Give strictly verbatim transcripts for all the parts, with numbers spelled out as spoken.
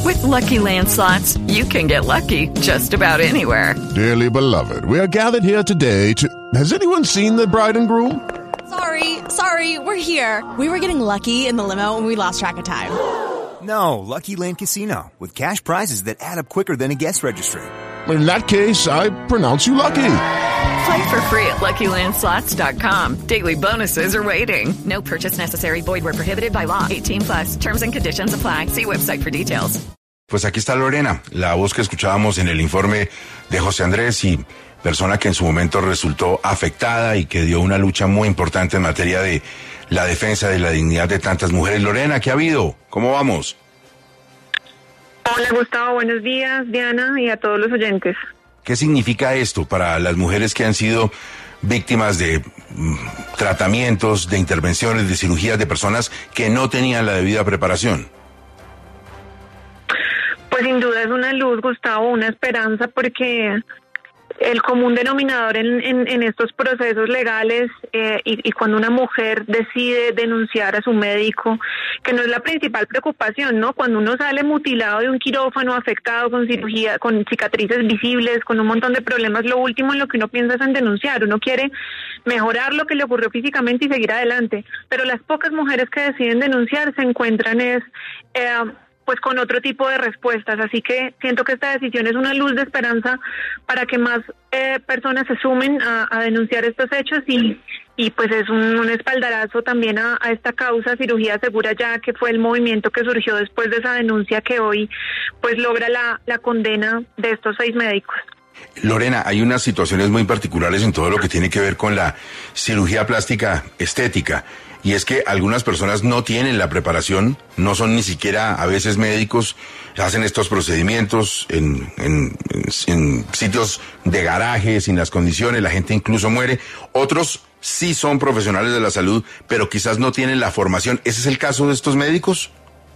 With Lucky Land Slots, you can get lucky just about anywhere. Dearly beloved, we are gathered here today to... Has anyone seen the bride and groom? Sorry, sorry, we're here. We were getting lucky in the limo and we lost track of time. No, Lucky Land Casino, with cash prizes that add up quicker than a guest registry. In that case, I pronounce you lucky. Play for free at Lucky Land Slots dot com. Daily bonuses are waiting. No purchase necessary. Void where prohibited by law. eighteen plus. Terms and conditions apply. See website for details. Pues aquí está Lorena, la voz que escuchábamos en el informe de José Andrés y persona que en su momento resultó afectada y que dio una lucha muy importante en materia de la defensa de la dignidad de tantas mujeres. Lorena, ¿qué ha habido? ¿Cómo vamos? Hola Gustavo, buenos días, Diana, y a todos los oyentes. ¿Qué significa esto para las mujeres que han sido víctimas de mm, tratamientos, de intervenciones, de cirugías de personas que no tenían la debida preparación? Pues sin duda es una luz, Gustavo, una esperanza, porque el común denominador en, en, en estos procesos legales eh, y, y cuando una mujer decide denunciar a su médico, que no es la principal preocupación, ¿no? Cuando uno sale mutilado de un quirófano, afectado con cirugía, con cicatrices visibles, con un montón de problemas, lo último en lo que uno piensa es en denunciar. Uno quiere mejorar lo que le ocurrió físicamente y seguir adelante, pero las pocas mujeres que deciden denunciar se encuentran es... Eh, pues con otro tipo de respuestas, así que siento que esta decisión es una luz de esperanza para que más eh, personas se sumen a, a denunciar estos hechos y, y pues es un, un espaldarazo también a, a esta causa Cirugía Segura Ya, que fue el movimiento que surgió después de esa denuncia que hoy pues logra la, la condena de estos seis médicos. Lorena, hay unas situaciones muy particulares en todo lo que tiene que ver con la cirugía plástica estética. Y es que algunas personas no tienen la preparación, no son ni siquiera a veces médicos, hacen estos procedimientos en, en, en, en sitios de garaje, sin las condiciones, la gente incluso muere. Otros sí son profesionales de la salud, pero quizás no tienen la formación. ¿Ese es el caso de estos médicos?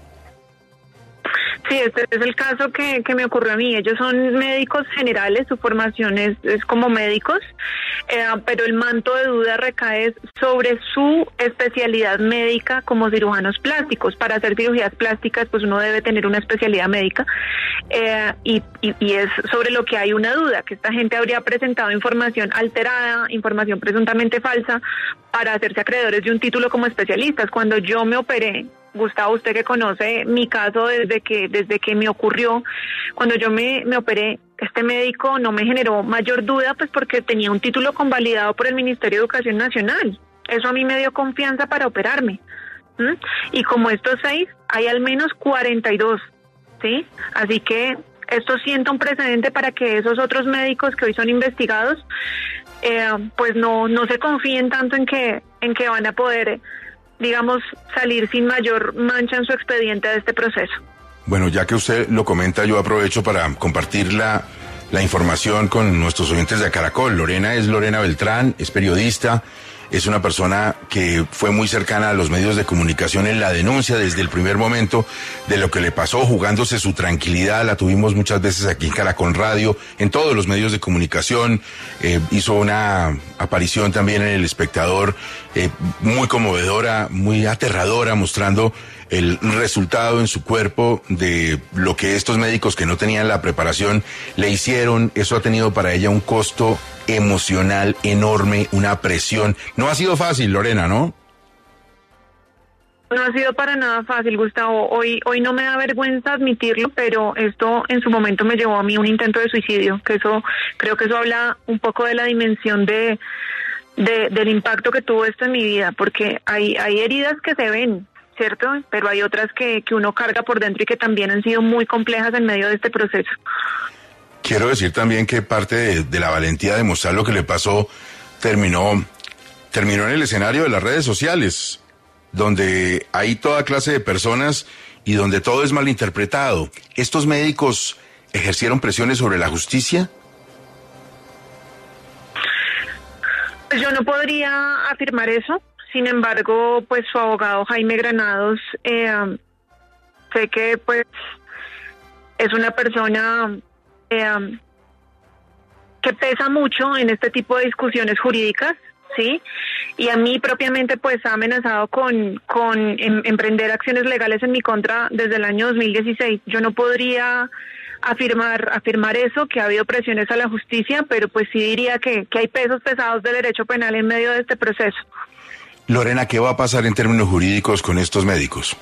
Sí, este es el caso que, que me ocurrió a mí. Ellos son médicos generales, su formación es, es como médicos, eh, pero el manto de duda recae sobre su especialidad médica como cirujanos plásticos. Para hacer cirugías plásticas, pues uno debe tener una especialidad médica, eh, y, y, y es sobre lo que hay una duda, que esta gente habría presentado información alterada, información presuntamente falsa, para hacerse acreedores de un título como especialistas. Cuando yo me operé, Gustavo, usted que conoce mi caso desde que desde que me ocurrió, cuando yo me, me operé, este médico no me generó mayor duda, pues porque tenía un título convalidado por el Ministerio de Educación Nacional. Eso a mí me dio confianza para operarme. ¿Mm? Y como estos seis, hay al menos cuarenta y dos, ¿sí? Así que esto sienta un precedente para que esos otros médicos que hoy son investigados, eh, pues no, no se confíen tanto en que, en que van a poder, digamos, salir sin mayor mancha en su expediente de este proceso. Bueno, ya que usted lo comenta, yo aprovecho para compartir la, la información con nuestros oyentes de Caracol. Lorena es Lorena Beltrán, es periodista, es una persona que fue muy cercana a los medios de comunicación en la denuncia desde el primer momento de lo que le pasó, jugándose su tranquilidad. La tuvimos muchas veces aquí en Caracol Radio, en todos los medios de comunicación. Eh, hizo una aparición también en El Espectador, eh, muy conmovedora, muy aterradora, mostrando el resultado en su cuerpo de lo que estos médicos que no tenían la preparación le hicieron. Eso ha tenido para ella un costo emocional enorme, una presión. No ha sido fácil, Lorena, ¿no? No ha sido para nada fácil, Gustavo. Hoy, hoy no me da vergüenza admitirlo, pero esto en su momento me llevó a mí un intento de suicidio, que eso, creo que eso habla un poco de la dimensión de, de del impacto que tuvo esto en mi vida, porque hay, hay heridas que se ven, ¿cierto? Pero hay otras que, que uno carga por dentro y que también han sido muy complejas en medio de este proceso. Quiero decir también que parte de, de la valentía de mostrar lo que le pasó terminó, terminó en el escenario de las redes sociales, donde hay toda clase de personas y donde todo es malinterpretado. ¿Estos médicos ejercieron presiones sobre la justicia? Pues yo no podría afirmar eso. Sin embargo, pues su abogado Jaime Granados, eh, sé que pues es una persona eh, que pesa mucho en este tipo de discusiones jurídicas, ¿sí? Y a mí propiamente pues ha amenazado con, con em, emprender acciones legales en mi contra desde el año dos mil dieciséis. Yo no podría afirmar afirmar eso, que ha habido presiones a la justicia, pero pues sí diría que, que hay pesos pesados de derecho penal en medio de este proceso. Lorena, ¿qué va a pasar en términos jurídicos con estos médicos?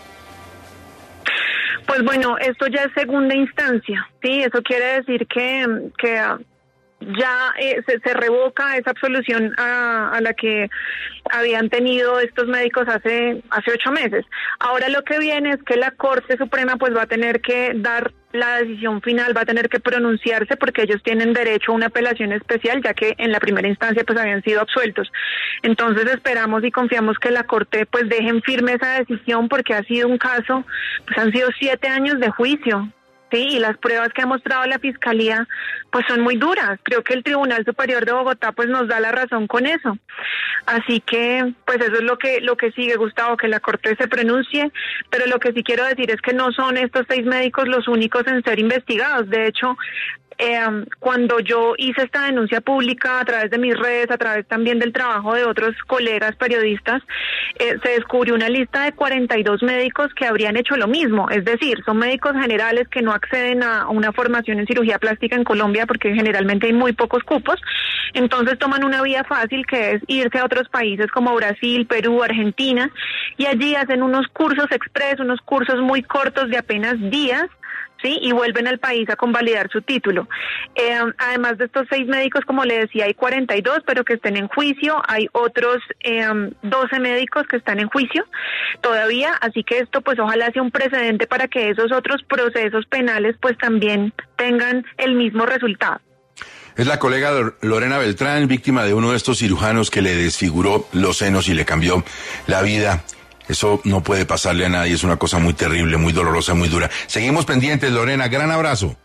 Pues bueno, esto ya es segunda instancia, ¿sí? Eso quiere decir que, que ya eh, se, se revoca esa absolución a, a la que habían tenido estos médicos hace hace ocho meses. Ahora lo que viene es que la Corte Suprema pues va a tener que dar la decisión final, va a tener que pronunciarse porque ellos tienen derecho a una apelación especial, ya que en la primera instancia pues habían sido absueltos. Entonces esperamos y confiamos que la Corte pues deje en firme esa decisión, porque ha sido un caso, pues han sido siete años de juicio. Sí, y las pruebas que ha mostrado la Fiscalía pues son muy duras. Creo que el Tribunal Superior de Bogotá pues nos da la razón con eso. Así que pues eso es lo que lo que sigue, Gustavo, que la Corte se pronuncie, pero lo que sí quiero decir es que no son estos seis médicos los únicos en ser investigados. De hecho, Eh, cuando yo hice esta denuncia pública a través de mis redes, a través también del trabajo de otros colegas periodistas, eh, se descubrió una lista de cuarenta y dos médicos que habrían hecho lo mismo. Es decir, son médicos generales que no acceden a una formación en cirugía plástica en Colombia porque generalmente hay muy pocos cupos. Entonces toman una vía fácil, que es irse a otros países como Brasil, Perú, Argentina, y allí hacen unos cursos express, unos cursos muy cortos de apenas días, ¿sí? Y vuelven al país a convalidar su título. Eh, además de estos seis médicos, como le decía, hay cuarenta y dos, pero que estén en juicio. Hay otros eh, doce médicos que están en juicio todavía, así que esto pues ojalá sea un precedente para que esos otros procesos penales pues también tengan el mismo resultado. Es la colega Lorena Beltrán, víctima de uno de estos cirujanos que le desfiguró los senos y le cambió la vida. Eso no puede pasarle a nadie, es una cosa muy terrible, muy dolorosa, muy dura. Seguimos pendientes, Lorena, gran abrazo.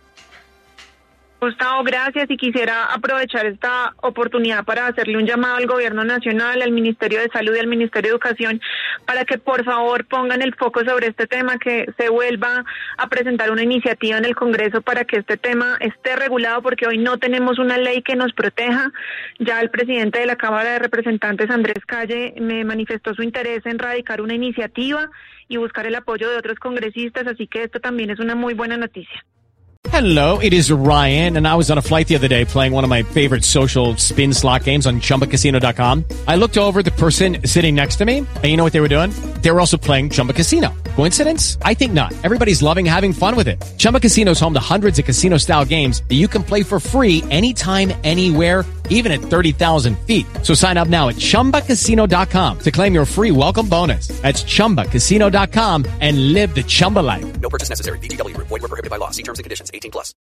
Gustavo, gracias, y quisiera aprovechar esta oportunidad para hacerle un llamado al Gobierno Nacional, al Ministerio de Salud y al Ministerio de Educación, para que por favor pongan el foco sobre este tema, que se vuelva a presentar una iniciativa en el Congreso para que este tema esté regulado, porque hoy no tenemos una ley que nos proteja. Ya el presidente de la Cámara de Representantes, Andrés Calle, me manifestó su interés en radicar una iniciativa y buscar el apoyo de otros congresistas, así que esto también es una muy buena noticia. Hello, it is Ryan, and I was on a flight the other day playing one of my favorite social spin slot games on Chumba Casino dot com. I looked over at the person sitting next to me, and you know what they were doing? They were also playing Chumba Casino. Coincidence? I think not. Everybody's loving having fun with it. Chumba Casino is home to hundreds of casino-style games that you can play for free anytime, anywhere, even at thirty thousand feet. So sign up now at Chumba Casino dot com to claim your free welcome bonus. That's Chumba Casino dot com and live the Chumba life. No purchase necessary. V G W. Void where prohibited by law. See terms and conditions. eighteen plus.